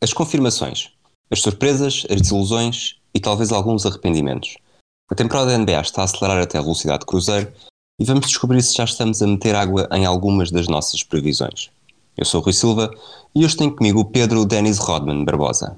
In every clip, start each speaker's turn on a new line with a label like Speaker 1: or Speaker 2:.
Speaker 1: As confirmações, as surpresas, as desilusões e talvez alguns arrependimentos. A temporada da NBA está a acelerar até a velocidade de cruzeiro e vamos descobrir se já estamos a meter água em algumas das nossas previsões. Eu sou o Rui Silva e hoje tenho comigo o Pedro Dennis Rodman Barbosa.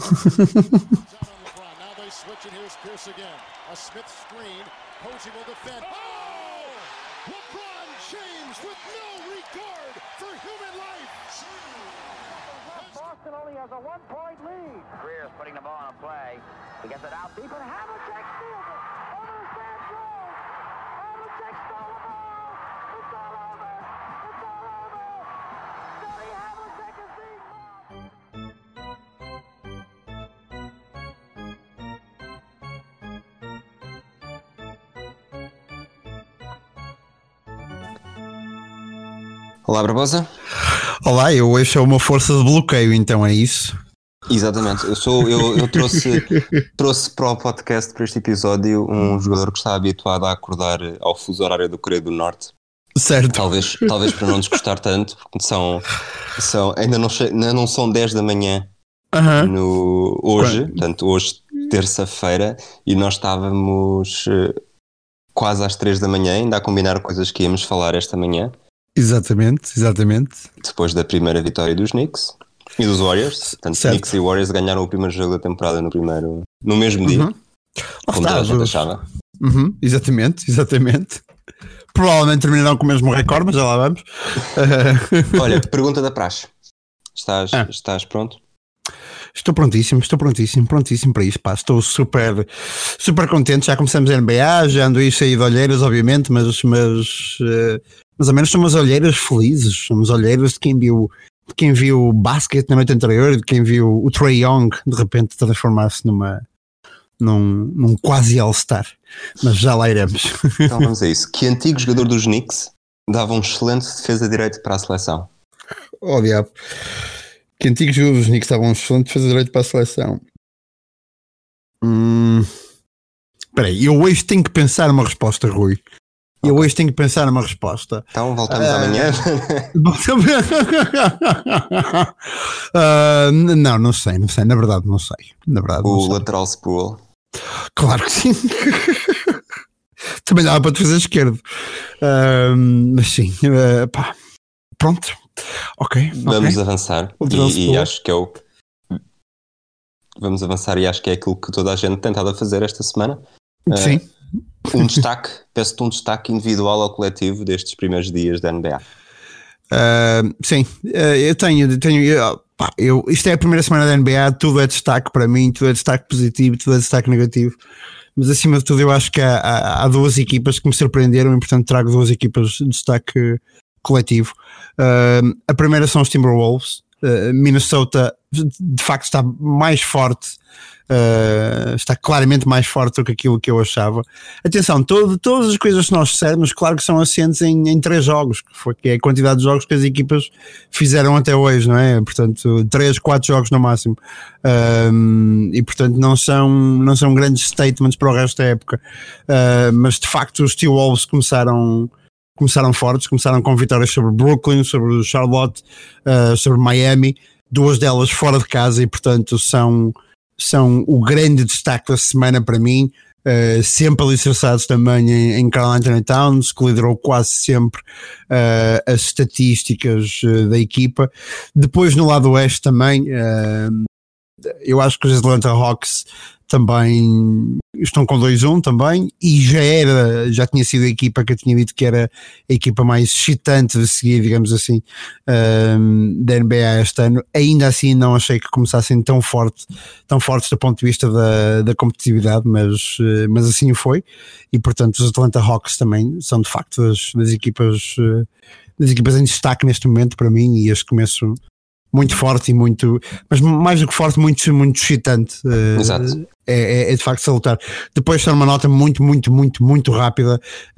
Speaker 1: Olá, Barbosa.
Speaker 2: Olá, eu hoje sou uma força de bloqueio, então é isso?
Speaker 1: Exatamente, eu trouxe para o podcast, para este episódio, um jogador que está habituado a acordar ao fuso horário do Coreia do Norte.
Speaker 2: Certo.
Speaker 1: Talvez para não desgostar tanto, porque ainda não são 10 da manhã hoje, portanto hoje terça-feira, e nós estávamos quase às 3 da manhã, ainda a combinar coisas que íamos falar esta manhã.
Speaker 2: Exatamente.
Speaker 1: Depois da primeira vitória dos Knicks e dos Warriors. Portanto,
Speaker 2: certo.
Speaker 1: Knicks e Warriors ganharam o primeiro jogo da temporada no mesmo dia. Como toda a gente achava.
Speaker 2: Exatamente. Provavelmente terminarão com o mesmo recorde, mas já lá vamos.
Speaker 1: Olha, pergunta da praxe. Estás pronto?
Speaker 2: Estou prontíssimo para isto, pá. Estou super contente, já começamos a NBA, já ando aí cheio de olheiras, obviamente, mas ao menos são umas olheiras felizes, são umas olheiras de quem viu basquete na noite anterior, de quem viu o Trae Young de repente transformar-se num quase All-Star, mas já lá iremos.
Speaker 1: Então vamos a isso. Que antigo jogador dos Knicks dava um excelente defesa de direito para a seleção?
Speaker 2: Oh diabo. Que antigos jogadores dos Knicks estavam um excelente defesa de direito para a seleção? Espera aí, eu hoje tenho que pensar uma resposta, Rui.
Speaker 1: Okay.
Speaker 2: Então
Speaker 1: voltamos amanhã.
Speaker 2: Não sei, na verdade não sei.
Speaker 1: Lateral Sproul.
Speaker 2: Claro que sim. Também dava para defesa esquerda. Mas sim, pá. Pronto. Ok.
Speaker 1: Vamos avançar. E acho que é o... Vamos avançar e acho que é aquilo que toda a gente tem tentado a fazer esta semana.
Speaker 2: Sim.
Speaker 1: Peço-te um destaque individual ou coletivo destes primeiros dias da NBA.
Speaker 2: Sim, eu tenho isto é a primeira semana da NBA, tudo é destaque para mim, tudo é destaque positivo, tudo é destaque negativo, mas acima de tudo eu acho que há duas equipas que me surpreenderam e portanto trago duas equipas de destaque coletivo. A primeira são os Timberwolves. Minnesota de facto está mais forte, está claramente mais forte do que aquilo que eu achava. Atenção, todas as coisas que nós dissermos, claro que são assentes em 3 jogos, que é a quantidade de jogos que as equipas fizeram até hoje, não é? Portanto, 3, 4 jogos no máximo, e portanto não são grandes statements para o resto da época, mas de facto os T-Wolves começaram fortes, começaram com vitórias sobre Brooklyn, sobre Charlotte, sobre Miami, 2 delas fora de casa, e portanto são o grande destaque da semana para mim, sempre alicerçados também em Karl Anthony Towns, que liderou quase sempre as estatísticas da equipa. Depois no lado oeste também, eu acho que os Atlanta Hawks também estão com 2-1 também, e já tinha sido a equipa que eu tinha dito que era a equipa mais excitante de seguir, digamos assim, da NBA este ano. Ainda assim não achei que começassem tão fortes do ponto de vista da competitividade, mas assim foi, e portanto os Atlanta Hawks também são de facto das equipas em destaque neste momento para mim, e este começo muito forte e muito, mas mais do que forte, muito excitante.
Speaker 1: Exato.
Speaker 2: É de facto salutar. Depois está uma nota muito rápida,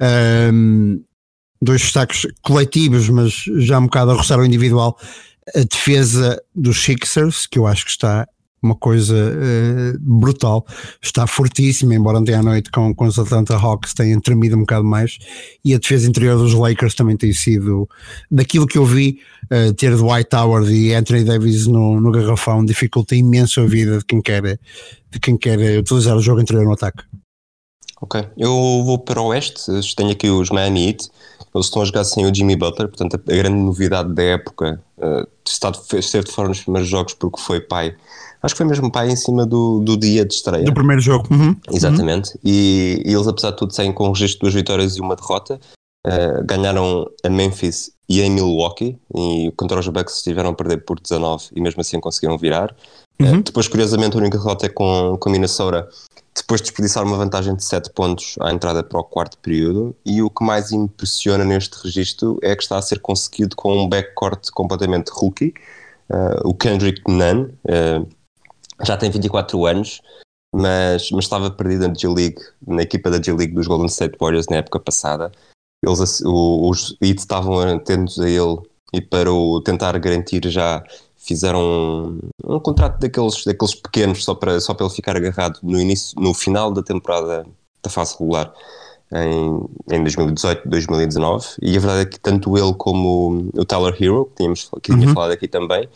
Speaker 2: 2 destaques coletivos, mas já um bocado a roçar o individual. A defesa dos Sixers, que eu acho que está uma coisa brutal. Está fortíssimo, embora ontem à noite com os Atlanta Hawks tenham tremido um bocado mais, e a defesa interior dos Lakers também tem sido, daquilo que eu vi, ter Dwight Howard e Anthony Davis no garrafão dificulta imenso a vida de quem quer utilizar o jogo interior no ataque.
Speaker 1: Ok, eu vou para o Oeste, tenho aqui os Miami Heat. Eles estão a jogar sem o Jimmy Butler, portanto a grande novidade da época, esteve de fora nos primeiros jogos porque foi pai, acho que foi mesmo pai em cima do dia de estreia.
Speaker 2: Do primeiro jogo.
Speaker 1: Exatamente, E eles apesar de tudo saem com um registro de 2 vitórias e uma derrota, ganharam a Memphis e a Milwaukee, e contra os Bucks estiveram a perder por 19 e mesmo assim conseguiram virar. Depois curiosamente a única derrota é com Minnesota, depois de desperdiçar uma vantagem de 7 pontos à entrada para o quarto período, e o que mais impressiona neste registro é que está a ser conseguido com um backcourt completamente rookie. O Kendrick Nunn já tem 24 anos, mas estava perdido na equipa da G-League dos Golden State Warriors na época passada. Os Heat estavam atentos a ele e para o tentar garantir já fizeram um contrato daqueles pequenos só para ele ficar agarrado no final da temporada da fase regular em 2018, 2019, e a verdade é que tanto ele como o Tyler Hero, que tinha falado aqui também,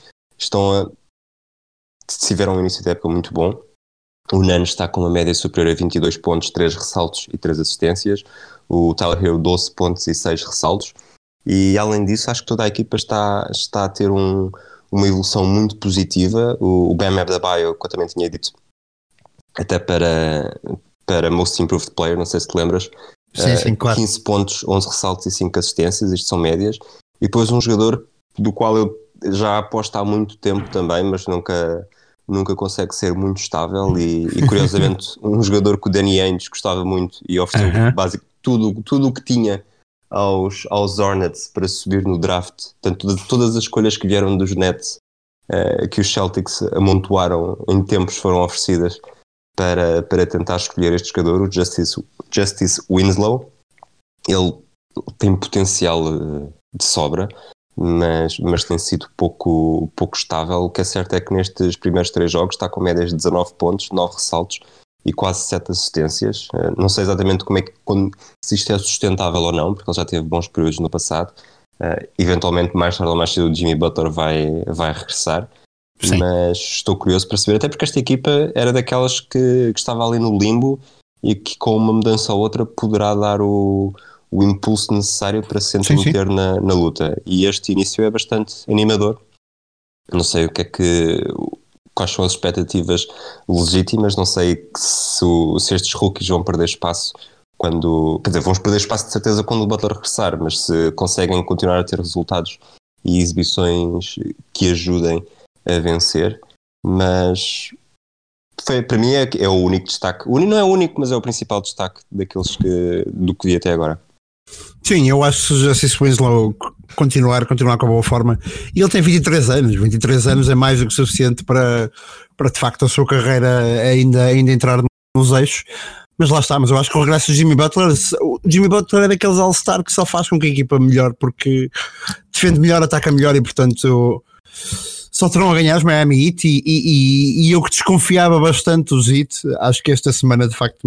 Speaker 1: tiveram um início de época muito bom. O Nunn está com uma média superior a 22 pontos, 3 ressaltos e 3 assistências. O Tyler Hero 12 pontos e 6 ressaltos. E além disso, acho que toda a equipa está a ter uma evolução muito positiva. O Bam Adebayo, que eu também tinha dito, até para Most Improved Player, não sei se te lembras.
Speaker 2: Sim, claro.
Speaker 1: 15 pontos, 11 ressaltos e 5 assistências, isto são médias. E depois um jogador do qual eu já aposto há muito tempo também, mas nunca consegue ser muito estável, e curiosamente um jogador que o Danny Ainge gostava muito e ofereceu basicamente tudo o que tinha aos Hornets para subir no draft, portanto todas as escolhas que vieram dos Nets, que os Celtics amontoaram em tempos, foram oferecidas para tentar escolher este jogador, o Justice Winslow. Ele tem potencial de sobra, mas tem sido pouco estável. O que é certo é que nestes primeiros 3 jogos está com médias de 19 pontos, 9 ressaltos e quase 7 assistências. Não sei exatamente se isto é sustentável ou não, porque ele já teve bons períodos no passado. Eventualmente, mais tarde ou mais cedo, o Jimmy Butler vai regressar. Sim. Mas estou curioso para saber, até porque esta equipa era daquelas que estava ali no limbo e que com uma mudança ou outra poderá dar o impulso necessário para se meter na luta. E este início é bastante animador. Não sei quais são as expectativas legítimas, não sei se estes rookies vão perder espaço vamos perder espaço de certeza quando o Butler regressar, mas se conseguem continuar a ter resultados e exibições que ajudem a vencer. Mas para mim é o único destaque. Não é o único, mas é o principal destaque do que vi até agora.
Speaker 2: Sim, eu acho que se o Justice Winslow continuar com a boa forma, e ele tem 23 anos é mais do que suficiente para de facto a sua carreira ainda entrar nos eixos. Mas lá está, mas eu acho que o regresso do Jimmy Butler é daqueles All-Star que só faz com que a equipa melhor, porque defende melhor, ataca melhor, e portanto só terão a ganhar os Miami Heat, e eu que desconfiava bastante dos Heat, acho que esta semana de facto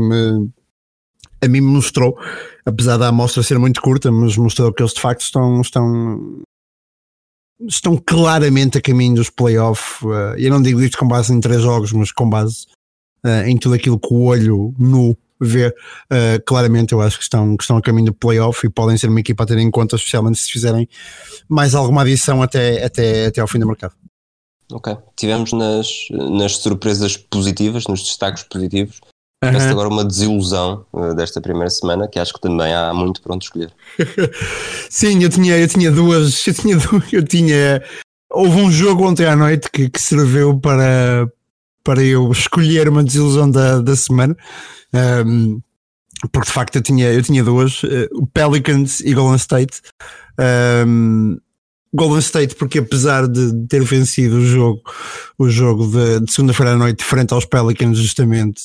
Speaker 2: a mim me mostrou, apesar da amostra ser muito curta, mas mostrou que eles de facto estão claramente a caminho dos playoffs. Eu não digo isto com base em 3 jogos, mas com base em tudo aquilo que o olho nu vê. Claramente eu acho que estão a caminho do playoff e podem ser uma equipa a ter em conta, especialmente se fizerem mais alguma adição até ao fim do mercado.
Speaker 1: Ok, tivemos nas surpresas positivas, nos destaques positivos. Parece agora uma desilusão desta primeira semana, que acho que também há muito para onde escolher.
Speaker 2: Sim, eu tinha duas. Houve um jogo ontem à noite que serviu para eu escolher uma desilusão da semana, porque de facto eu tinha duas, o Pelicans e Golden State. Golden State porque apesar de ter vencido o jogo de segunda-feira à noite frente aos Pelicans justamente,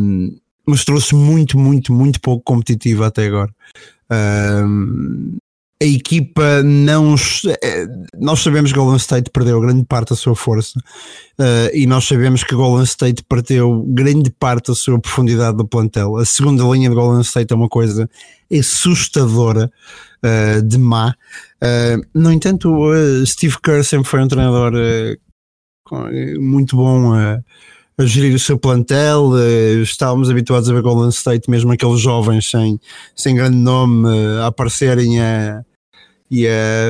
Speaker 2: mostrou-se muito, muito, muito pouco competitivo até agora. a equipa não. Nós sabemos que Golden State perdeu grande parte da sua força, e nós sabemos que Golden State perdeu grande parte da sua profundidade do plantel. A segunda linha de Golden State é uma coisa assustadora, de má. No entanto, Steve Kerr sempre foi um treinador muito bom a gerir o seu plantel. Estávamos habituados a ver Golden State, mesmo aqueles jovens sem grande nome, a aparecerem e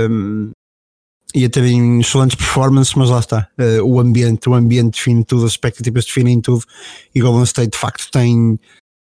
Speaker 2: a terem excelentes performances, mas lá está, o ambiente define tudo, as expectativas definem tudo, e Golden State de facto tem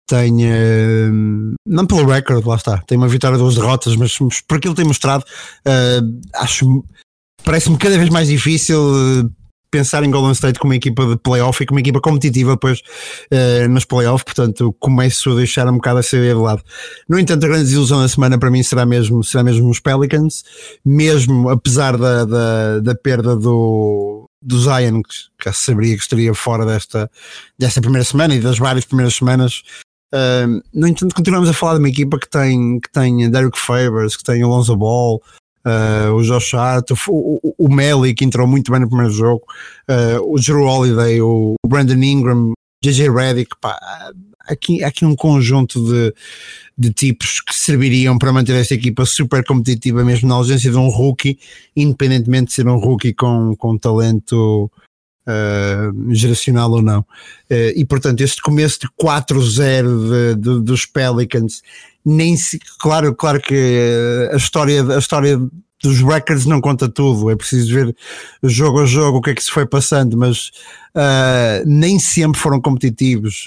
Speaker 2: não pelo recorde, lá está, tem uma vitória, 2 derrotas, mas por aquilo que tem mostrado, parece-me cada vez mais difícil pensar em Golden State como uma equipa de playoff e como uma equipa competitiva depois nos playoffs. Portanto começo a deixar um bocado essa ideia de lado. No entanto, a grande desilusão da semana para mim será mesmo os Pelicans, mesmo apesar da perda do Zion, que já saberia que estaria fora desta primeira semana e das várias primeiras semanas. No entanto, continuamos a falar de uma equipa que tem Derek Favors, que tem o Lonzo Ball, o Josh Hart, o Melly, que entrou muito bem no primeiro jogo, o Jrue Holiday, o Brandon Ingram, JJ Redick. Há aqui um conjunto de tipos que serviriam para manter esta equipa super competitiva, mesmo na ausência de um rookie, independentemente de ser um rookie com talento geracional ou não. E portanto este começo de 4-0 dos Pelicans, claro que a história dos records não conta tudo, é preciso ver jogo a jogo o que é que se foi passando, mas nem sempre foram competitivos.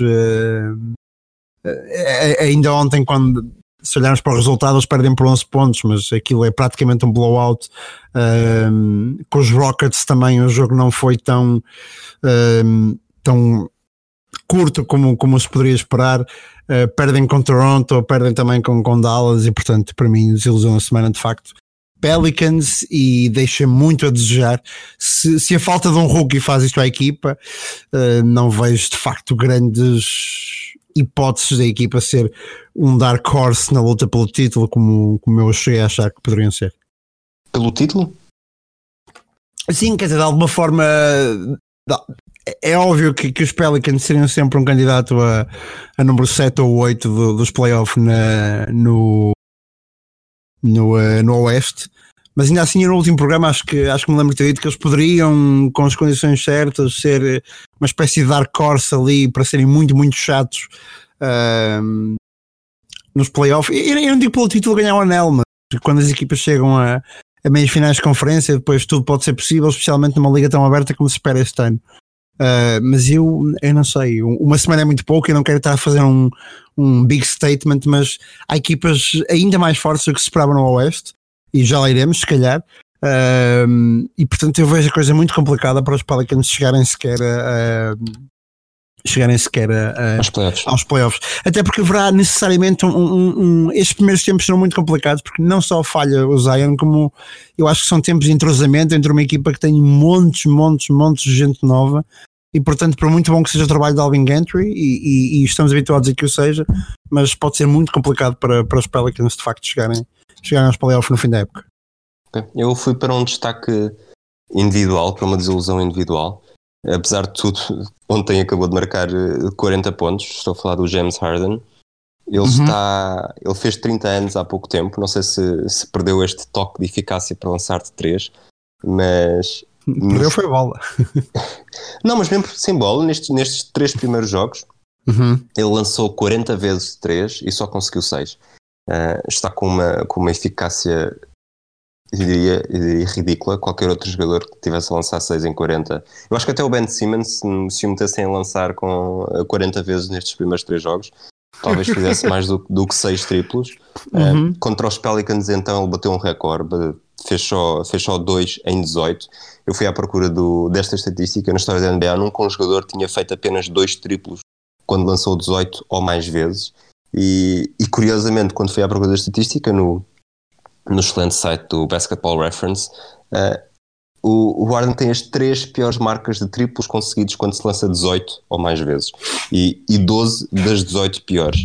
Speaker 2: Ainda ontem, quando se olharmos para os resultados, eles perdem por 11 pontos, mas aquilo é praticamente um blowout. Com os Rockets também o jogo não foi tão curto como se poderia esperar. Perdem com Toronto, perdem também com Dallas, e portanto para mim desilusão a semana de facto Pelicans, e deixa muito a desejar. Se a falta de um rookie faz isto à equipa, não vejo de facto grandes hipóteses da equipa ser um dark horse na luta pelo título, como eu cheguei a achar que poderiam ser.
Speaker 1: Pelo título?
Speaker 2: Sim, quer dizer, de alguma forma é óbvio que os Pelicans seriam sempre um candidato a número 7 ou 8 dos playoffs no Oeste, mas ainda assim no último programa acho que me lembro de ter dito que eles poderiam, com as condições certas, ser uma espécie de dark horse ali para serem muito, muito chatos nos playoffs. Eu não digo pelo título ganhar o anel, mas quando as equipas chegam a meias finais de conferência, depois tudo pode ser possível, especialmente numa liga tão aberta como se espera este ano. Mas eu não sei, uma semana é muito pouco, eu não quero estar a fazer um big statement, mas há equipas ainda mais fortes do que se esperava no Oeste, e já lá iremos se calhar, e portanto eu vejo a coisa muito complicada para os Pelicans chegarem sequer aos playoffs, até porque haverá necessariamente estes primeiros tempos serão muito complicados, porque não só falha o Zion, como eu acho que são tempos de entrosamento entre uma equipa que tem montes de gente nova, e portanto por muito bom que seja o trabalho de Alvin Gentry, e estamos habituados a que o seja, mas pode ser muito complicado para os Pelicans de facto chegarem aos playoffs no fim da época.
Speaker 1: Okay. Eu fui para um destaque individual, para uma desilusão individual. Apesar de tudo, ontem acabou de marcar 40 pontos. Estou a falar do James Harden. Ele fez 30 anos há pouco tempo. Não sei se perdeu este toque de eficácia para lançar de 3, mas...
Speaker 2: Perdeu foi bola.
Speaker 1: Não, mas mesmo sem bola, nestes 3 primeiros jogos, ele lançou 40 vezes de 3 e só conseguiu 6. Está com uma eficácia... Eu diria ridícula. Qualquer outro jogador que tivesse a lançar 6 em 40, eu acho que até o Ben Simmons, se o metessem a lançar com 40 vezes nestes primeiros 3 jogos, talvez fizesse mais do que 6 triplos. Contra os Pelicans então ele bateu um recorde, fez só 2 em 18. Eu fui à procura desta estatística. Na história da NBA nunca um jogador tinha feito apenas 2 triplos quando lançou 18 ou mais vezes, e curiosamente quando fui à procura da estatística no excelente site do Basketball Reference, o Harden tem as 3 piores marcas de triplos conseguidos quando se lança 18 ou mais vezes, e 12 das 18 piores.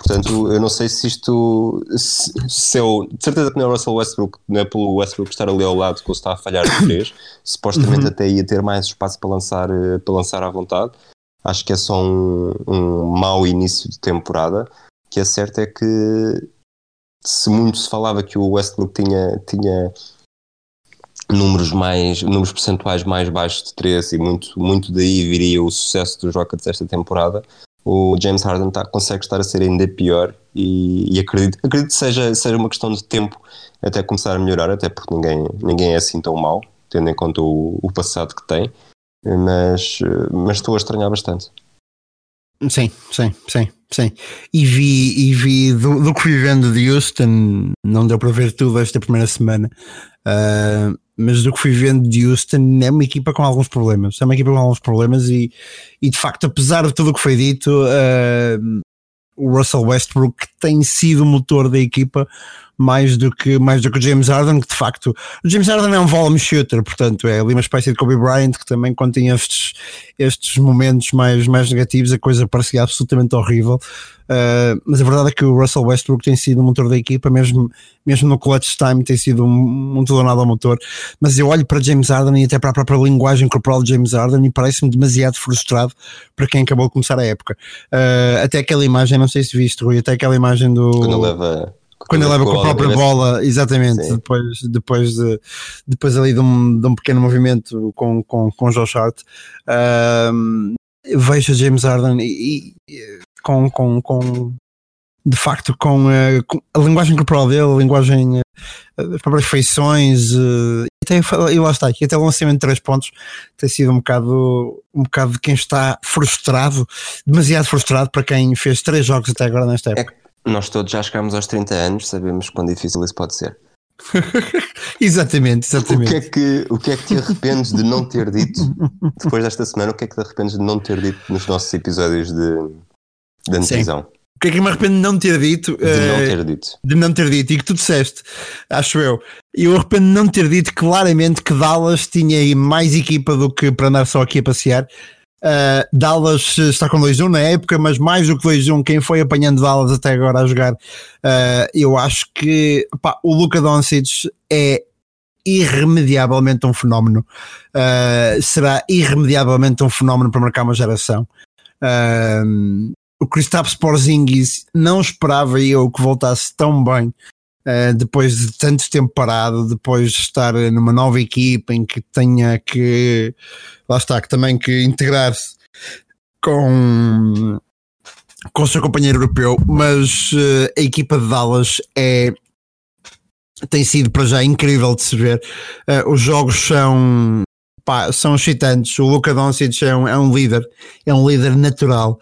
Speaker 1: Portanto, eu não sei se isto se eu, de certeza que não é o Russell Westbrook, não é pelo Westbrook estar ali ao lado que ele está a falhar de 3, supostamente até ia ter mais espaço para lançar à vontade. Acho que é só um mau início de temporada. O que é certo é que se muito se falava que o Westbrook tinha números percentuais mais baixos de 3 e muito daí viria o sucesso dos Rockets esta temporada, o James Harden consegue estar a ser ainda pior e acredito que seja uma questão de tempo até começar a melhorar, até porque ninguém é assim tão mau, tendo em conta o passado que tem, mas estou a estranhar bastante.
Speaker 2: Sim. E vi do que fui vendo de Houston, não deu para ver tudo esta primeira semana, mas do que fui vendo de Houston é uma equipa com alguns problemas. E de facto, apesar de tudo o que foi dito, o Russell Westbrook tem sido o motor da equipa mais do que o James Harden, que de facto o James Harden é um volume shooter, portanto é ali uma espécie de Kobe Bryant, que também quando tinha estes momentos mais negativos a coisa parecia absolutamente horrível, mas a verdade é que o Russell Westbrook tem sido o motor da equipa, mesmo no clutch time tem sido muito donado ao motor. Mas eu olho para James Harden e até para a própria linguagem corporal de James Harden e parece-me demasiado frustrado para quem acabou de começar a época. Até aquela imagem, não sei se viste, Rui, até aquela imagem do... Quando ele leva com a própria bola, exatamente, depois ali de um pequeno movimento com Josh Hart, vejo a James Harden e de facto com a linguagem corporal dele, a linguagem, as próprias feições, e lá está, aqui até o lançamento de 3 pontos tem sido um bocado de quem está frustrado, demasiado frustrado para quem fez 3 jogos até agora nesta época.
Speaker 1: Nós todos já chegámos aos 30 anos, sabemos quão difícil isso pode ser.
Speaker 2: Exatamente.
Speaker 1: O que é que te arrependes de não ter dito, depois desta semana, o que é que te arrependes de não ter dito nos nossos episódios de antevisão?
Speaker 2: O que é que me arrependo de não ter dito? De não ter dito, e que tu disseste, acho eu. Eu arrependo de não ter dito claramente que Dallas tinha mais equipa do que para andar só aqui a passear. Dallas está com 2-1 na época, mas mais do que 2-1, quem foi apanhando Dallas até agora a jogar, eu acho que o Luka Doncic é irremediavelmente um fenómeno, será irremediavelmente um fenómeno para marcar uma geração. O Kristaps Porzingis, não esperava eu que voltasse tão bem depois de tanto tempo parado, depois de estar numa nova equipa em que tenha que, lá está, que também que integrar-se com o seu companheiro europeu, mas a equipa de Dallas tem sido para já incrível de se ver. Os jogos são excitantes. O Luka Doncic é um líder natural,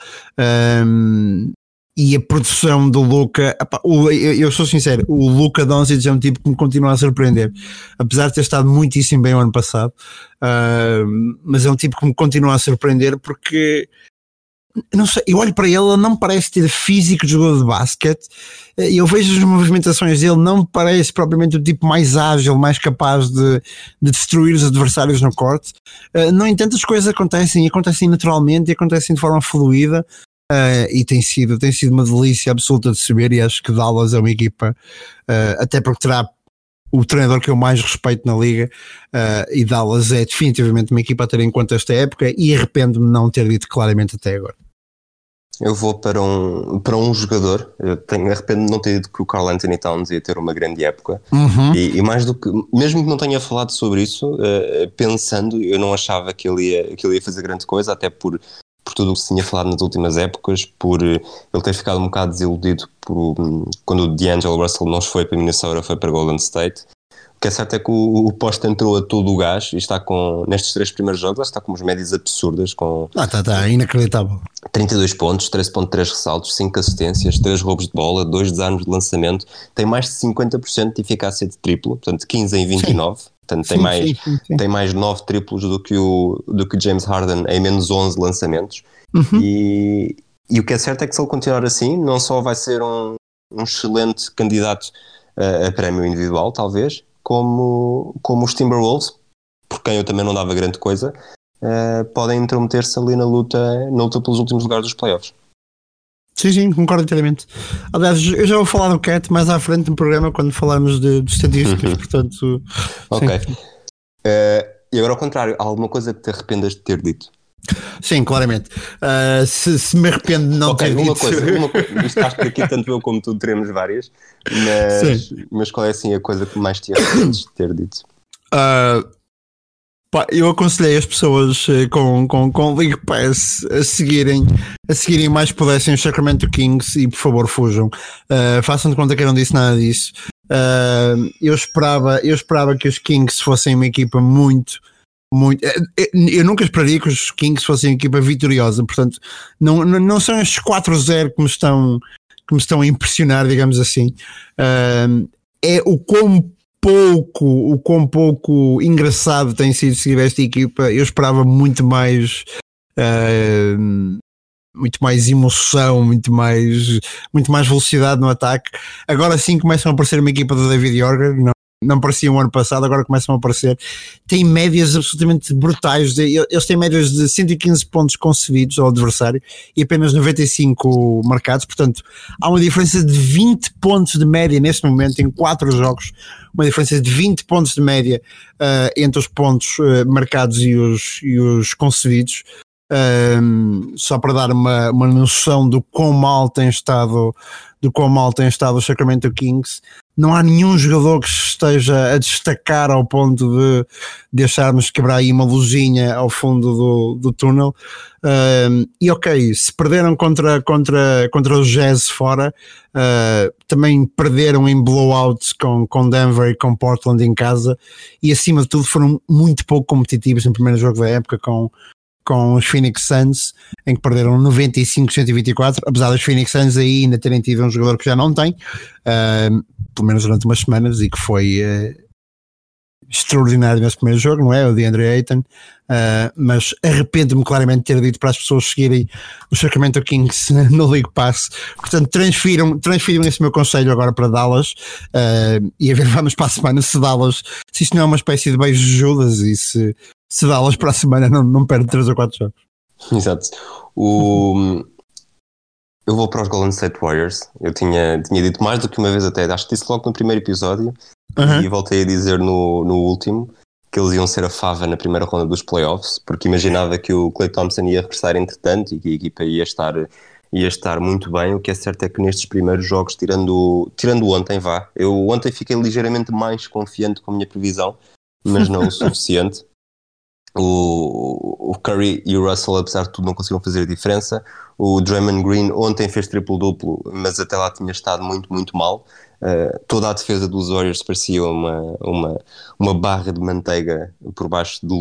Speaker 2: e a produção do Luka, eu sou sincero, o Luka Doncic é um tipo que me continua a surpreender, apesar de ter estado muitíssimo bem o ano passado, mas é um tipo que me continua a surpreender porque, não sei, eu olho para ele não parece ter físico de jogador de basquete, eu vejo as movimentações dele, não me parece propriamente o tipo mais ágil, mais capaz de destruir os adversários no corte. No entanto, as coisas acontecem naturalmente e acontecem de forma fluida, e tem sido uma delícia absoluta de se ver, e acho que Dallas é uma equipa, até porque terá o treinador que eu mais respeito na liga, e Dallas é definitivamente uma equipa a ter em conta esta época, e arrependo-me de não ter dito claramente até agora.
Speaker 1: Eu vou para um jogador. Arrependo de não ter dito que o Karl Anthony Towns ia ter uma grande época, e mais do que, mesmo que não tenha falado sobre isso, pensando, eu não achava que ele ia fazer grande coisa, até por tudo o que se tinha falado nas últimas épocas, por ele ter ficado um bocado desiludido quando o D'Angelo Russell não foi para Minnesota, foi para Golden State. O que é certo é que o Post entrou a todo o gás e está nestes 3 primeiros jogos, está com umas médias absurdas, com
Speaker 2: inacreditável.
Speaker 1: 32 pontos, 13.3 ressaltos, 5 assistências, 3 roubos de bola, 2 desarmes de lançamento, tem mais de 50% de eficácia de triplo, portanto 15 em 29. Sim. Portanto, tem mais 9 triplos do que o James Harden em menos 11 lançamentos. E o que é certo é que se ele continuar assim, não só vai ser um excelente candidato a prémio individual, talvez, como os Timberwolves, por quem eu também não dava grande coisa, podem intrometer-se ali na luta pelos últimos lugares dos playoffs.
Speaker 2: Sim, concordo inteiramente. Aliás, eu já vou falar do Cat mais à frente no programa quando falarmos de estatísticas, portanto.
Speaker 1: Ok. E agora ao contrário, há alguma coisa que te arrependas de ter dito?
Speaker 2: Sim, claramente. Se me arrependo de não ter
Speaker 1: uma
Speaker 2: dito.
Speaker 1: coisa, isto acho que aqui tanto eu como tu teremos várias, mas qual é assim a coisa que mais te arrependes de ter dito?
Speaker 2: Eu aconselhei as pessoas com League Pass a seguirem mais pudessem os Sacramento Kings e por favor fujam. Façam de conta que eu não disse nada disso. Eu esperava que os Kings fossem uma equipa muito. Eu nunca esperaria que os Kings fossem uma equipa vitoriosa, portanto, não são estes 4-0 que me estão a impressionar, digamos assim. É o quão pouco engraçado tem sido seguir esta equipa. Eu esperava muito mais emoção, muito mais velocidade no ataque. Agora sim começam a aparecer uma equipa do David Yorger, não pareciam ano passado, agora começam a aparecer. Tem médias absolutamente brutais. Eles têm médias de 115 pontos concedidos ao adversário e apenas 95 marcados, portanto há uma diferença de 20 pontos de média neste momento em 4 jogos, uma diferença de 20 pontos de média entre os pontos marcados e os concedidos. Só para dar uma noção do quão mal tem estado o Sacramento Kings. Não há nenhum jogador que se esteja a destacar ao ponto de deixarmos quebrar aí uma luzinha ao fundo do túnel. E ok, se perderam contra o Jazz fora, também perderam em blowouts com Denver e com Portland em casa, e acima de tudo foram muito pouco competitivos no primeiro jogo da época com os Phoenix Suns, em que perderam 95-124, apesar dos Phoenix Suns aí ainda terem tido um jogador que já não tem, pelo menos durante umas semanas, e que foi extraordinário nesse primeiro jogo, não é? O DeAndre Ayton. Mas arrependo-me claramente de ter dito para as pessoas seguirem o Sacramento Kings no League Pass. Portanto, transfiram esse meu conselho agora para Dallas, e a ver, vamos para a semana se isto não é uma espécie de beijo de Judas, e se Dallas para a semana não perde 3 ou 4 jogos.
Speaker 1: Exato. Eu vou para os Golden State Warriors. Eu tinha dito mais do que uma vez até, acho que disse logo no primeiro episódio, e voltei a dizer no último, que eles iam ser a fava na primeira ronda dos playoffs, porque imaginava que o Klay Thompson ia regressar entretanto e que a equipa ia estar muito bem. O que é certo é que nestes primeiros jogos, tirando ontem, eu ontem fiquei ligeiramente mais confiante com a minha previsão, mas não o suficiente. O Curry e o Russell, apesar de tudo, não conseguiram fazer a diferença. O Draymond Green ontem fez triplo-duplo, mas até lá tinha estado muito, muito mal. Toda a defesa dos Warriors parecia uma barra de manteiga por baixo de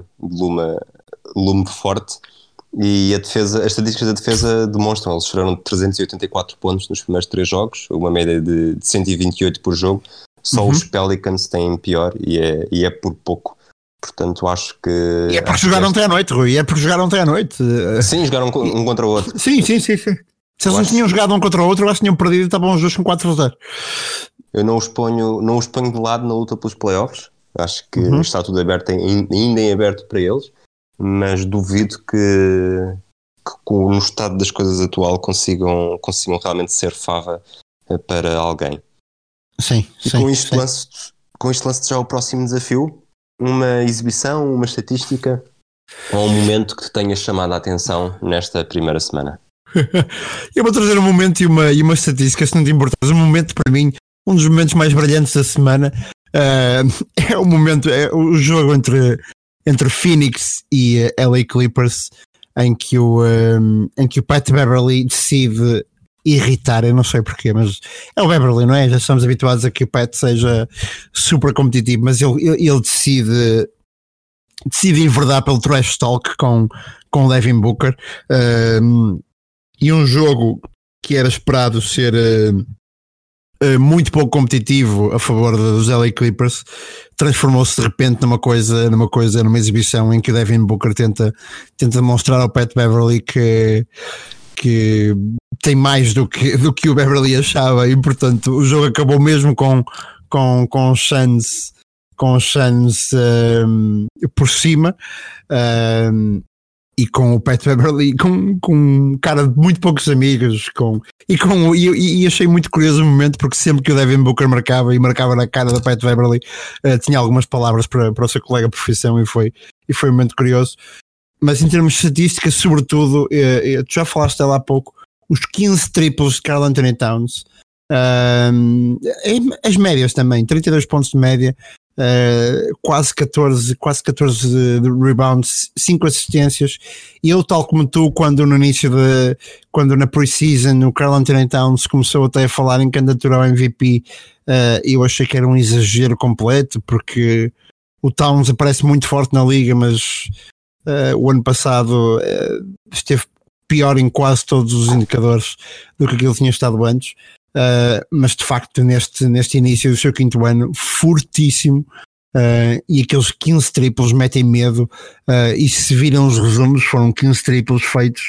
Speaker 1: lume forte. E as estatísticas da defesa demonstram, eles chegaram 384 pontos nos primeiros 3 jogos, uma média de 128 por jogo. Só os Pelicans têm pior, e é por pouco. Portanto, acho que...
Speaker 2: E é porque jogaram até à noite, Rui.
Speaker 1: Sim, jogaram um contra o outro.
Speaker 2: Sim. Se eles não tinham jogado um contra o outro, eu acho que tinham perdido e estavam os dois com 4-0.
Speaker 1: Eu não os ponho de lado na luta pelos playoffs. Acho que está tudo aberto, ainda em aberto para eles. Mas duvido que no estado das coisas atual consigam realmente ser fava para alguém.
Speaker 2: Sim.
Speaker 1: Com isto lance já o próximo desafio. Uma exibição, uma estatística ou um momento que te tenha chamado a atenção nesta primeira semana?
Speaker 2: Eu vou trazer um momento e uma estatística, se não te importas. Um momento, para mim, um dos momentos mais brilhantes da semana, é o jogo entre Phoenix e LA Clippers, em que o Pat Beverly decide irritar, eu não sei porquê, mas é o Beverly, não é? Já estamos habituados a que o Pat seja super competitivo, mas ele decide enverdar pelo trash talk com Devin Booker, e um jogo que era esperado ser muito pouco competitivo a favor dos LA Clippers transformou-se de repente numa exibição em que o Devin Booker tenta demonstrar ao Pat Beverly que tem mais do que o Beverly achava, e portanto o jogo acabou mesmo com os Suns por cima. e com o Pat Beverly, com um cara de muito poucos amigos, e achei muito curioso o momento, porque sempre que o Devin Booker marcava e marcava na cara da Pat Beverly, tinha algumas palavras para o seu colega de profissão, e foi um momento curioso. Mas em termos de estatística, sobretudo, tu já falaste dela há pouco, os 15 triplos de Karl Anthony Towns, as médias também, 32 pontos de média, quase 14 de rebounds, 5 assistências. E eu, tal como tu, quando na pre-season o Karl Anthony Towns começou até a falar em candidatura ao MVP, eu achei que era um exagero completo, porque o Towns aparece muito forte na liga, mas o ano passado esteve pior em quase todos os indicadores do que aquilo tinha estado antes. Mas de facto neste início do seu quinto ano, fortíssimo, e aqueles 15 triplos metem medo, e se viram os resumos, foram 15 triplos feitos,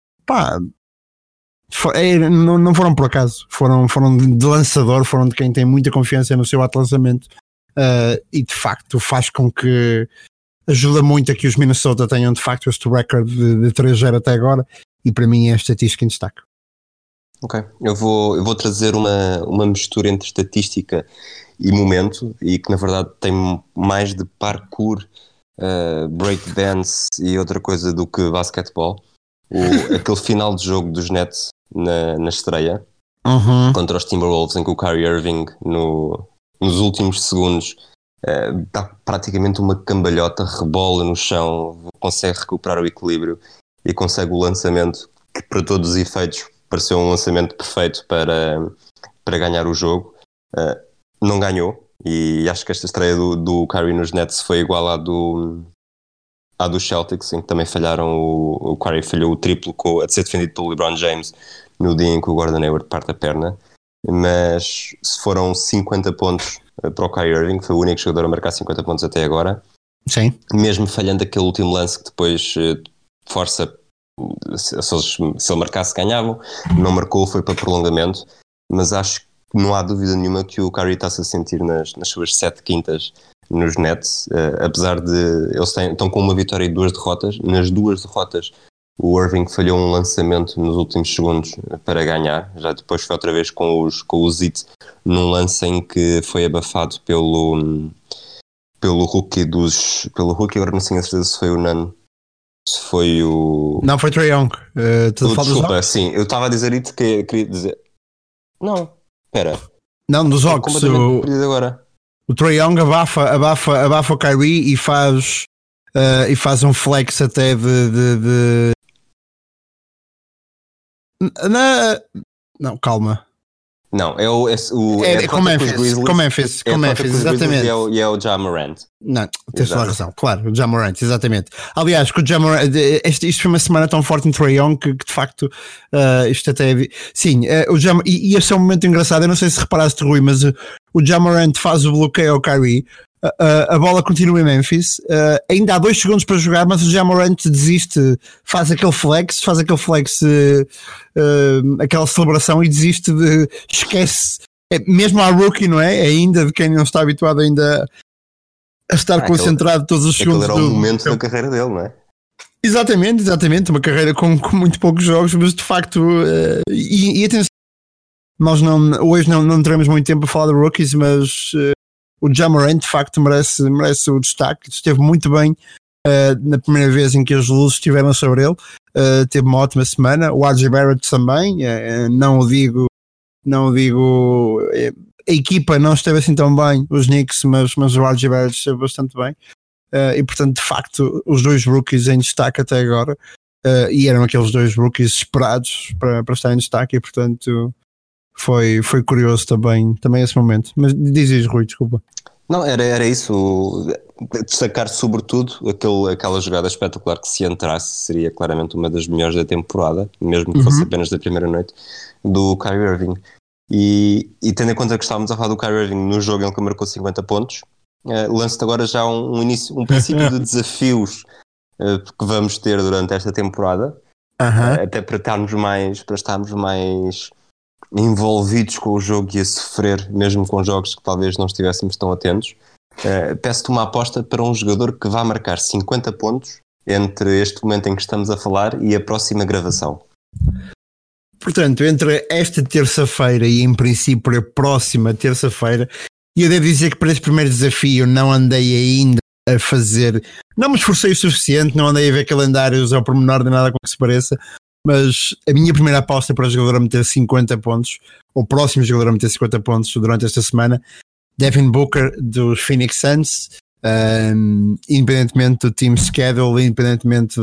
Speaker 2: não foram por acaso, foram de lançador, foram de quem tem muita confiança no seu ato de lançamento, e de facto faz com que ajuda muito a que os Minnesota tenham de facto este recorde de 3-0 até agora, e para mim é a estatística em destaque.
Speaker 1: Ok, eu vou trazer uma mistura entre estatística e momento, e que na verdade tem mais de parkour, breakdance e outra coisa do que basquetebol. Aquele final de jogo dos Nets na estreia contra os Timberwolves, em que o Kyrie Irving nos últimos segundos dá praticamente uma cambalhota, rebola no chão, consegue recuperar o equilíbrio e consegue o lançamento que, para todos os efeitos, pareceu um lançamento perfeito para ganhar o jogo. Não ganhou, e acho que esta estreia do Kyrie nos Nets foi igual à dos Celtics, em que também falharam. O Kyrie falhou o triplo a de ser defendido pelo LeBron James no dia em que o Gordon Hayward parte a perna, mas se foram 50 pontos para o Kyrie Irving, foi o único jogador a marcar 50 pontos até agora.
Speaker 2: Sim.
Speaker 1: Mesmo falhando aquele último lance que depois força, se ele marcasse ganhavam, não marcou, foi para prolongamento, mas acho que não há dúvida nenhuma que o Kyrie está-se a sentir nas suas 7 quintas nos Nets, apesar de eles estão com uma vitória e 2 derrotas. Nas 2 derrotas o Irving falhou um lançamento nos últimos segundos para ganhar, já depois foi outra vez com os Heat, num lance em que foi abafado pelo rookie agora não tenho a certeza se foi o Nunn. Se foi o...
Speaker 2: Não, foi Trae Young.
Speaker 1: Desculpa, sim, eu estava a dizer isso que queria dizer. Não, espera.
Speaker 2: Não, dos Hawks.
Speaker 1: Agora.
Speaker 2: O Trae Young abafa o Kyrie e faz um flex até de... Não, calma.
Speaker 1: Não,
Speaker 2: com Memphis, exatamente.
Speaker 1: E é o Ja Morant.
Speaker 2: Não, tens toda a razão, claro, o Ja Morant, exatamente. Aliás, que o Ja Morant, isto foi uma semana tão forte em Trae Young que de facto isto até... Sim, e este é um momento engraçado, eu não sei se reparaste, Rui, mas o Ja Morant faz o bloqueio ao Kyrie, a bola continua em Memphis, ainda há 2 segundos para jogar, mas o Ja Morant desiste, faz aquele flex, aquela celebração e desiste, esquece, mesmo a rookie, não é? Ainda de quem não está habituado ainda a estar concentrado todos os segundos.
Speaker 1: Aquele era o momento da carreira dele, não é?
Speaker 2: Exatamente, uma carreira com muito poucos jogos, mas de facto, e atenção, nós hoje não teremos muito tempo para falar de rookies, mas o Ja Morant de facto merece o destaque, esteve muito bem na primeira vez em que as luzes estiveram sobre ele, teve uma ótima semana. O RJ Barrett também, não o digo, a equipa não esteve assim tão bem, os Knicks, mas o RJ Barrett esteve bastante bem, e portanto de facto os 2 rookies em destaque até agora, e eram aqueles 2 rookies esperados para estar em destaque, e portanto foi curioso também esse momento. Mas dizes, Rui, desculpa.
Speaker 1: Não, era isso, destacar sobretudo aquela jogada espetacular que, se entrasse, seria claramente uma das melhores da temporada, mesmo que fosse apenas da primeira noite, do Kyrie Irving. E tendo em conta que estávamos a falar do Kyrie Irving no jogo em que marcou 50 pontos, lanço-te agora já um princípio de desafios que vamos ter durante esta temporada, até para estarmos mais envolvidos com o jogo e a sofrer, mesmo com jogos que talvez não estivéssemos tão atentos. Peço-te uma aposta para um jogador que vá marcar 50 pontos entre este momento em que estamos a falar e a próxima gravação?
Speaker 2: Portanto, entre esta terça-feira e em princípio a próxima terça-feira, e eu devo dizer que para este primeiro desafio não andei ainda a fazer, não me esforcei o suficiente, não andei a ver calendários ao pormenor de nada com que se pareça, mas a minha primeira aposta para o jogador a meter 50 pontos, ou o próximo jogador a meter 50 pontos durante esta semana, Devin Booker dos Phoenix Suns, independentemente do team schedule, independentemente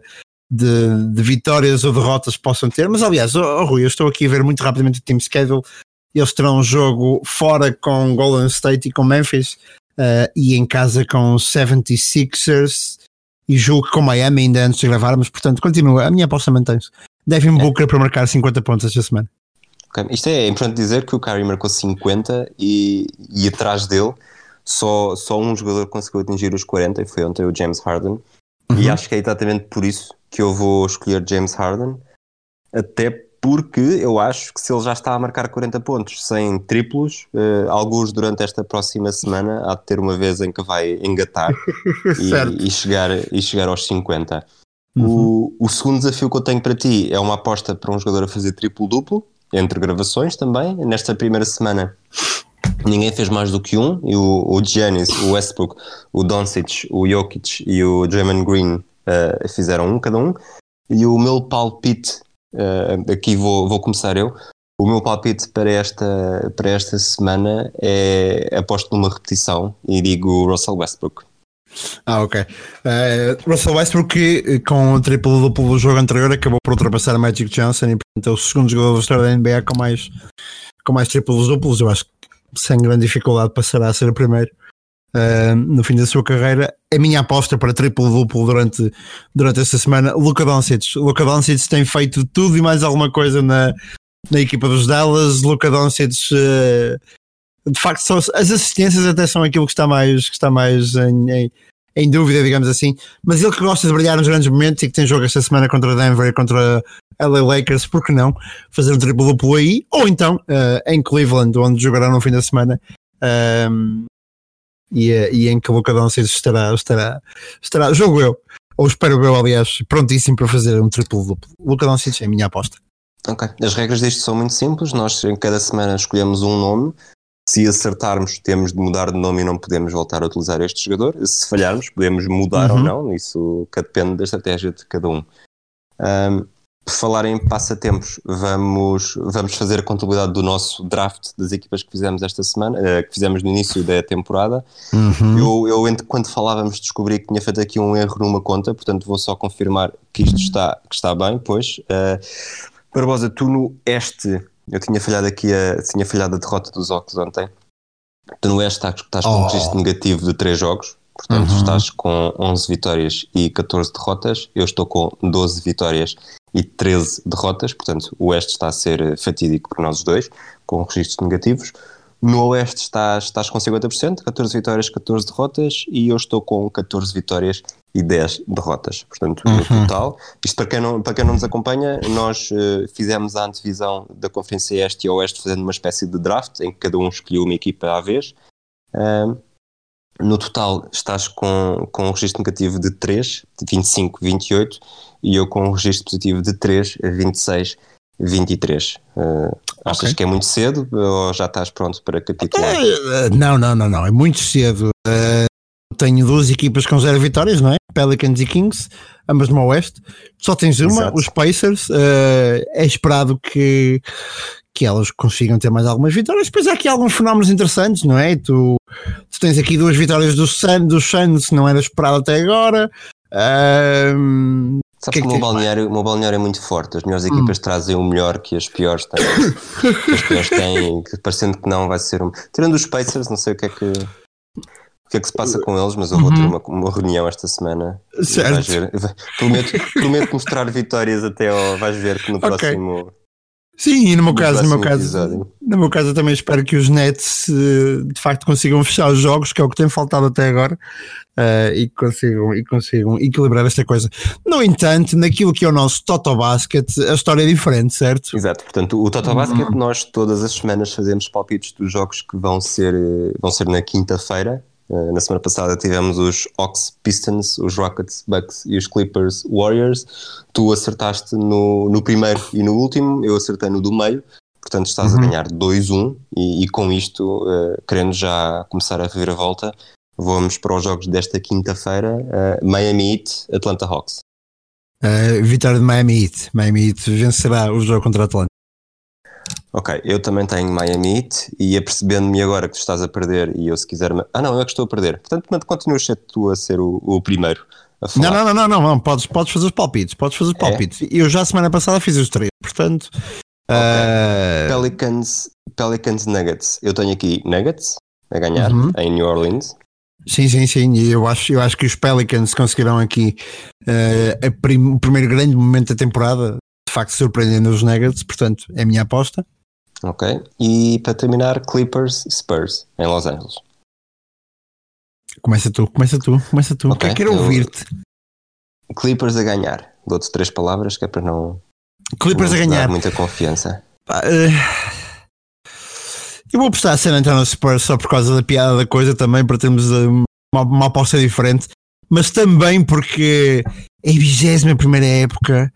Speaker 2: de vitórias ou derrotas que possam ter, mas aliás, Rui, eu estou aqui a ver muito rapidamente o team schedule. Eles terão um jogo fora com Golden State e com Memphis, e em casa com 76ers e julgo que com Miami ainda antes de gravarmos, portanto continua, a minha aposta mantém-se. Devin Booker para marcar 50 pontos esta semana.
Speaker 1: Okay. Isto é importante dizer que o Kyrie marcou 50 e atrás dele só um jogador conseguiu atingir os 40 e foi ontem o James Harden. E acho que é exatamente por isso que eu vou escolher James Harden, até porque eu acho que se ele já está a marcar 40 pontos sem triplos, alguns durante esta próxima semana há de ter uma vez em que vai engatar e chegar aos 50. O segundo desafio que eu tenho para ti é uma aposta para um jogador a fazer triplo-duplo, entre gravações também. Nesta primeira semana ninguém fez mais do que um, e o Giannis, o Westbrook, o Doncic, o Jokic e o Draymond Green fizeram um cada um. E o meu palpite, aqui vou começar eu, o meu palpite para esta semana é aposto numa repetição e digo Russell Westbrook.
Speaker 2: Ok. Russell Westbrook, com o triplo-duplo do jogo anterior, acabou por ultrapassar a Magic Johnson e portanto é o segundo jogador da história da NBA com mais triplos-duplos. Eu acho que sem grande dificuldade passará a ser o primeiro no fim da sua carreira. A minha aposta para triplo-duplo durante esta semana, Luka Doncic. Luka Doncic tem feito tudo e mais alguma coisa na equipa dos Dallas. Luka Doncic, de facto, as assistências até são aquilo que está mais em dúvida, digamos assim, mas ele que gosta de brilhar nos grandes momentos e que tem jogo esta semana contra Denver e contra LA Lakers, por que não fazer um triplo-duplo aí, ou então em Cleveland, onde jogará no fim da semana, e em que o Luka Doncic estará, jogo eu, ou espero eu, aliás, prontíssimo para fazer um triplo-duplo. Luka Doncic é a minha aposta.
Speaker 1: Ok, as regras disto são muito simples. Nós em cada semana escolhemos um nome. Se acertarmos, temos de mudar de nome e não podemos voltar a utilizar este jogador. Se falharmos, podemos mudar ou não. Isso depende da estratégia de cada um. Por falar em passatempos, vamos fazer a contabilidade do nosso draft das equipas que fizemos esta semana, que fizemos no início da temporada. Eu quando falávamos, descobri que tinha feito aqui um erro numa conta, portanto vou só confirmar que isto está bem. Pois, Barbosa, tu no este... Eu tinha falhado a derrota dos Hawks ontem. Tu no Oeste estás com um registro negativo de 3 jogos. Portanto, estás com 11 vitórias e 14 derrotas. Eu estou com 12 vitórias e 13 derrotas. Portanto, o Oeste está a ser fatídico para nós os dois, com registros negativos. No Oeste estás com 50%, 14 vitórias, 14 derrotas. E eu estou com 14 vitórias e 10 derrotas. Portanto, no total, isto para quem não nos acompanha, nós fizemos a antevisão da Conferência Este e Oeste fazendo uma espécie de draft, em que cada um escolheu uma equipa à vez. No total estás com um registro negativo de 3, de 25, 28, e eu com um registro positivo de 3, 26, 23. Achas que é muito cedo ou já estás pronto para capitular?
Speaker 2: Não, é muito cedo. Tenho 2 equipas com 0 vitórias, não é? Pelicans e Kings, ambas no Oeste. Só tens uma, exato. Os Pacers. É esperado que elas consigam ter mais algumas vitórias. Depois há aqui alguns fenómenos interessantes, não é? Tu tens aqui 2 vitórias dos Suns, não era esperado até agora.
Speaker 1: Sabes que o meu balneário é muito forte. As melhores equipas trazem o melhor que as piores têm. As piores têm, parecendo que não vai ser Tirando os Pacers, não sei o que é que se passa com eles, mas eu vou ter uma reunião esta semana.
Speaker 2: Certo.
Speaker 1: Vais ver. Prometo mostrar vitórias até vais ver que no próximo...
Speaker 2: Sim, e no meu caso eu também espero que os Nets de facto consigam fechar os jogos, que é o que tem faltado até agora, e consigam equilibrar esta coisa. No entanto, naquilo que é o nosso Toto Basket, a história é diferente, certo?
Speaker 1: Exato, portanto o Toto Basket, nós todas as semanas fazemos palpites dos jogos que vão ser na quinta-feira, Na semana passada tivemos os Hawks Pistons, os Rockets Bucks e os Clippers Warriors. Tu acertaste no primeiro e no último, eu acertei no do meio, portanto estás a ganhar 2-1 e com isto, querendo já começar a reviravolta, vamos para os jogos desta quinta-feira, Miami Heat, Atlanta Hawks.
Speaker 2: Vitória de Miami Heat. Miami Heat vencerá o jogo contra a Atlanta.
Speaker 1: Ok, eu também tenho Miami Heat e apercebendo-me agora que tu estás a perder e eu se quiser... não, eu é que estou a perder. Portanto, continuas tu a ser o primeiro a falar.
Speaker 2: Não. Podes fazer os palpites. Eu já a semana passada fiz os 3, portanto...
Speaker 1: Okay. Pelicans Nuggets. Eu tenho aqui Nuggets a ganhar em New Orleans.
Speaker 2: Sim. Eu acho que os Pelicans conseguiram aqui o primeiro grande momento da temporada, de facto surpreendendo os Nuggets, portanto é a minha aposta.
Speaker 1: Ok, e para terminar, Clippers Spurs em Los Angeles.
Speaker 2: Começa tu. Okay, quero ouvir-te.
Speaker 1: Clippers a ganhar. Dou-te 3 palavras que é para não...
Speaker 2: Clippers a ganhar.
Speaker 1: Muita confiança.
Speaker 2: Eu vou apostar a San Antonio Spurs só por causa da piada da coisa, também para termos uma aposta diferente, mas também porque é a 21ª época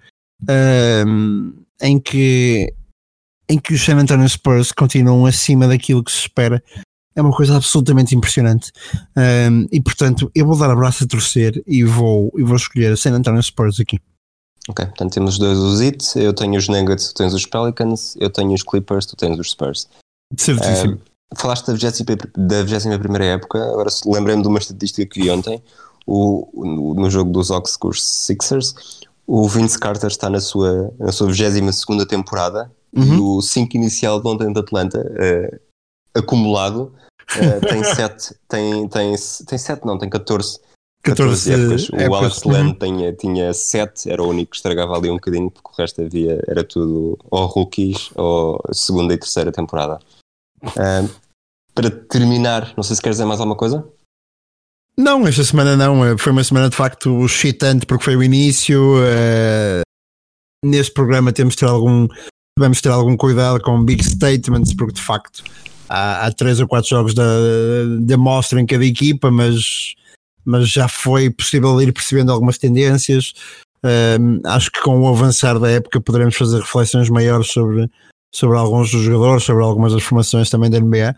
Speaker 2: em que os San Antonio Spurs continuam acima daquilo que se espera. É uma coisa absolutamente impressionante, e portanto eu vou dar abraço a torcer e vou escolher a San Antonio Spurs aqui.
Speaker 1: Ok, portanto temos os dois os Heat, eu tenho os Nuggets, tu tens os Pelicans, eu tenho os Clippers, tu tens os Spurs.
Speaker 2: Certíssimo.
Speaker 1: Falaste da 21ª época, agora lembrei-me de uma estatística que vi ontem, no jogo dos Hawks com os Sixers, o Vince Carter está na sua 22ª temporada e o 5 inicial de ontem de Atlanta, acumulado, tem 14 épocas. O Alex Len tinha 7, era o único que estragava ali um bocadinho, porque o resto era tudo ou rookies ou segunda e terceira temporada. Para terminar, não sei se queres dizer mais alguma coisa?
Speaker 2: Não, esta semana não, foi uma semana de facto excitante porque foi o início. Neste programa vamos ter algum cuidado com big statements, porque de facto há 3 ou 4 jogos da mostra em cada equipa, mas já foi possível ir percebendo algumas tendências. Acho que com o avançar da época poderemos fazer reflexões maiores sobre alguns dos jogadores, sobre algumas das formações também da NBA,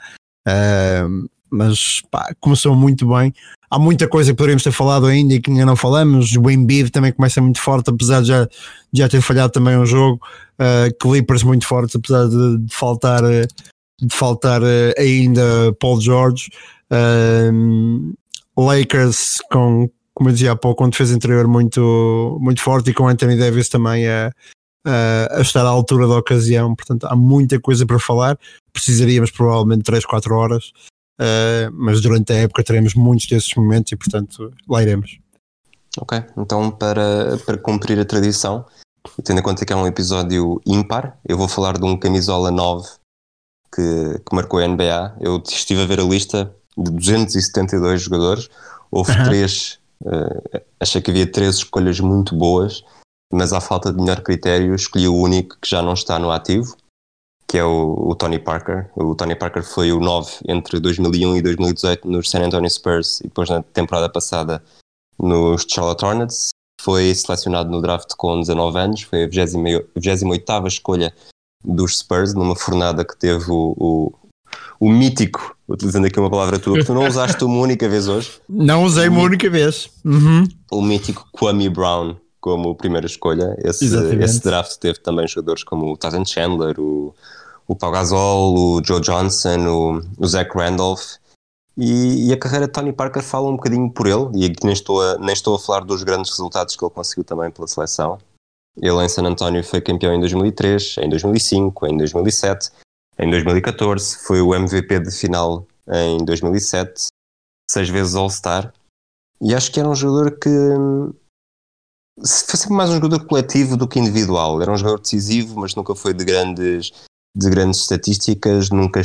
Speaker 2: mas começou muito bem. Há muita coisa que poderíamos ter falado ainda e que ainda não falamos. O Embiid também começa muito forte, apesar de já ter falhado também um jogo. Clippers muito fortes, apesar de faltar ainda Paul George. Lakers como eu dizia há pouco, com defesa interior muito, muito forte, e com Anthony Davis também a estar à altura da ocasião. Portanto há muita coisa para falar, precisaríamos provavelmente 3-4 horas, mas durante a época teremos muitos desses momentos e portanto lá iremos.
Speaker 1: Ok, então para cumprir a tradição, tendo em conta que é um episódio ímpar, eu vou falar de um camisola 9 que marcou a NBA. Eu estive a ver a lista de 272 jogadores, houve 3, achei que havia 3 escolhas muito boas, mas à falta de melhor critério escolhi o único que já não está no ativo, que é o Tony Parker. O Tony Parker foi o 9 entre 2001 e 2018 nos San Antonio Spurs e depois na temporada passada nos Charlotte Hornets. Foi selecionado no draft com 19 anos, foi a 28ª escolha dos Spurs, numa fornada que teve o mítico, utilizando aqui uma palavra tua, que tu não usaste uma única vez hoje.
Speaker 2: Não usei uma única vez.
Speaker 1: O mítico Kwame Brown como primeira escolha. Esse draft teve também jogadores como o Tyson Chandler, o Pau Gasol, o Joe Johnson, o Zach Randolph. E a carreira de Tony Parker fala um bocadinho por ele, e aqui nem estou a falar dos grandes resultados que ele conseguiu também pela seleção. Ele em San Antonio foi campeão em 2003, em 2005, em 2007, em 2014, foi o MVP de final em 2007, 6 vezes All-Star, e acho que era um jogador que foi sempre mais um jogador coletivo do que individual. Era um jogador decisivo, mas nunca foi de grandes estatísticas, nunca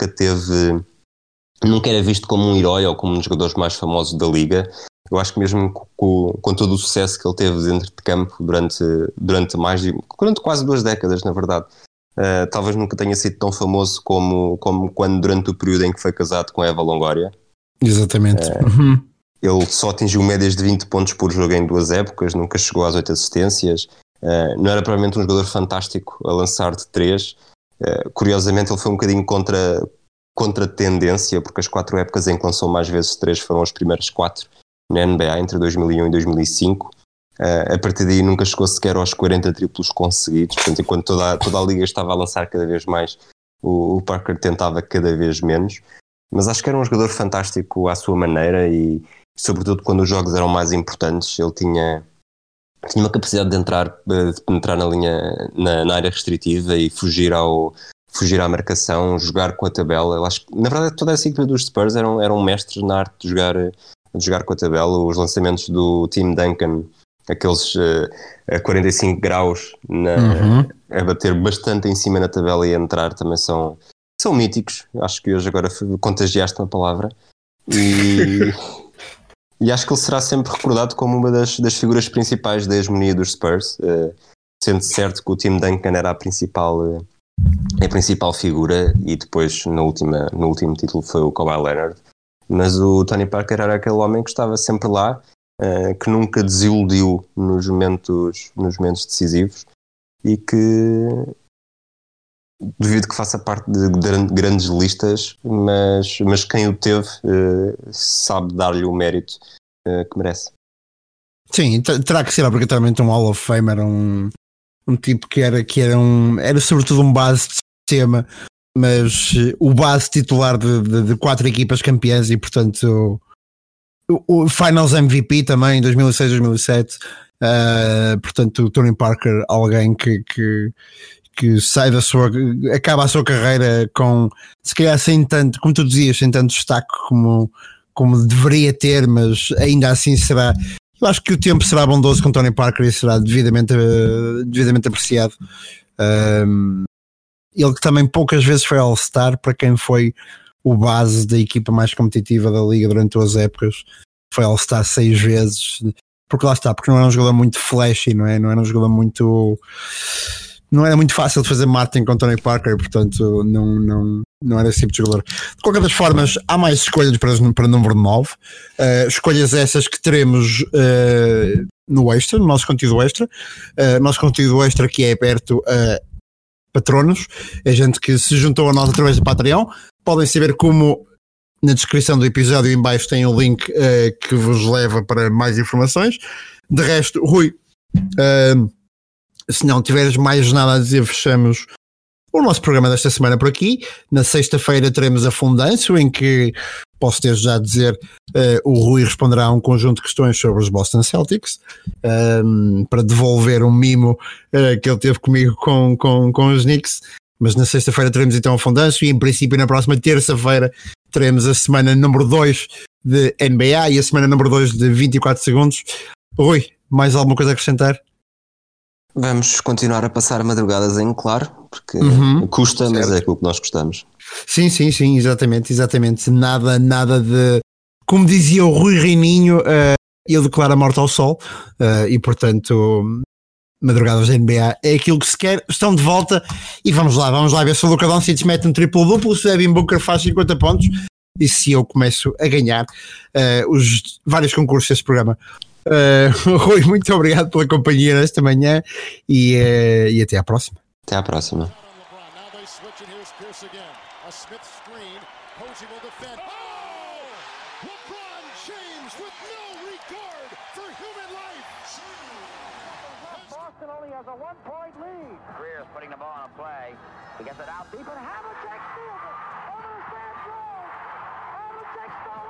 Speaker 1: era visto como um herói ou como um dos jogadores mais famosos da liga. Eu acho que mesmo com todo o sucesso que ele teve dentro de campo durante quase 2 décadas, na verdade, talvez nunca tenha sido tão famoso como quando durante o período em que foi casado com a Eva Longoria.
Speaker 2: Exatamente.
Speaker 1: Ele só atingiu médias de 20 pontos por jogo em 2 épocas, nunca chegou às 8 assistências. Não era provavelmente um jogador fantástico a lançar de 3. Curiosamente, ele foi um bocadinho contra tendência, porque as 4 épocas em que lançou mais vezes 3 foram as primeiras 4 na NBA, entre 2001 e 2005. A partir daí nunca chegou sequer aos 40 triplos conseguidos. Portanto, enquanto toda a liga estava a lançar cada vez mais, o Parker tentava cada vez menos. Mas acho que era um jogador fantástico à sua maneira e, sobretudo, quando os jogos eram mais importantes, ele tinha uma capacidade de penetrar na linha, na área restritiva e fugir à marcação, jogar com a tabela. Eu acho que, na verdade, toda essa equipa dos Spurs eram mestres na arte de jogar com a tabela. Os lançamentos do Tim Duncan, aqueles a 45 graus, a bater bastante em cima na tabela e a entrar, também são míticos. Acho que hoje agora contagiaste uma palavra. E acho que ele será sempre recordado como uma das figuras principais da hegemonia dos Spurs, sendo certo que o Tim Duncan era a principal figura, e depois no último título foi o Kawhi Leonard. Mas o Tony Parker era aquele homem que estava sempre lá, que nunca desiludiu nos momentos decisivos, e que, duvido que faça parte de grandes listas, mas quem o teve sabe dar-lhe o mérito que merece.
Speaker 2: Sim, terá que ser obrigatoriamente um Hall of Famer, um tipo que era sobretudo um base de sistema, mas o base titular de 4 equipas campeãs e, portanto, o Finals MVP também, 2006-2007. Portanto, o Tony Parker, alguém que sai acaba a sua carreira com, se calhar sem tanto, como tu dizias, sem tanto destaque como deveria ter, mas ainda assim será. Eu acho que o tempo será bondoso com Tony Parker e será devidamente apreciado. Ele que também poucas vezes foi All-Star, para quem foi o base da equipa mais competitiva da liga durante 2 épocas, foi All-Star 6 vezes, porque lá está, porque não era um jogador muito flashy, não é? Não era um jogador muito... Não era muito fácil de fazer marketing com Tony Parker, portanto não era esse tipo de jogador. De qualquer das formas, há mais escolhas para número 9. Escolhas essas que teremos no extra, no nosso conteúdo extra. Nosso conteúdo extra que é aberto a patronos, a gente que se juntou a nós através do Patreon. Podem saber como na descrição do episódio em baixo tem o link que vos leva para mais informações. De resto, Rui, se não tiveres mais nada a dizer, fechamos o nosso programa desta semana por aqui. Na sexta-feira teremos a Fundâncio, em que posso ter já a dizer, o Rui responderá a um conjunto de questões sobre os Boston Celtics, para devolver um mimo que ele teve comigo com os Knicks. Mas na sexta-feira teremos então a Fundâncio, e em princípio na próxima terça-feira teremos a semana número 2 de NBA e a semana número 2 de 24 segundos. Rui, mais alguma coisa a acrescentar?
Speaker 1: Vamos continuar a passar madrugadas em claro, porque custa, certo, mas é aquilo que nós gostamos.
Speaker 2: Sim, exatamente. Nada de... Como dizia o Rui Reininho, ele declara a morte ao sol, e portanto, madrugadas da NBA é aquilo que se quer. Estão de volta e vamos lá ver se o Luka Doncic mete um triplo-duplo, se o Devin Booker faz 50 pontos e se eu começo a ganhar os vários concursos deste programa. Rui, muito obrigado pela companhia nesta manhã e até à próxima.
Speaker 1: Até à próxima.
Speaker 3: Boston only has a 1-point lead. Greer's putting the ball on a play. He gets it out deep, and Havlicek steals it. Over the Sand Road. Havlicek stole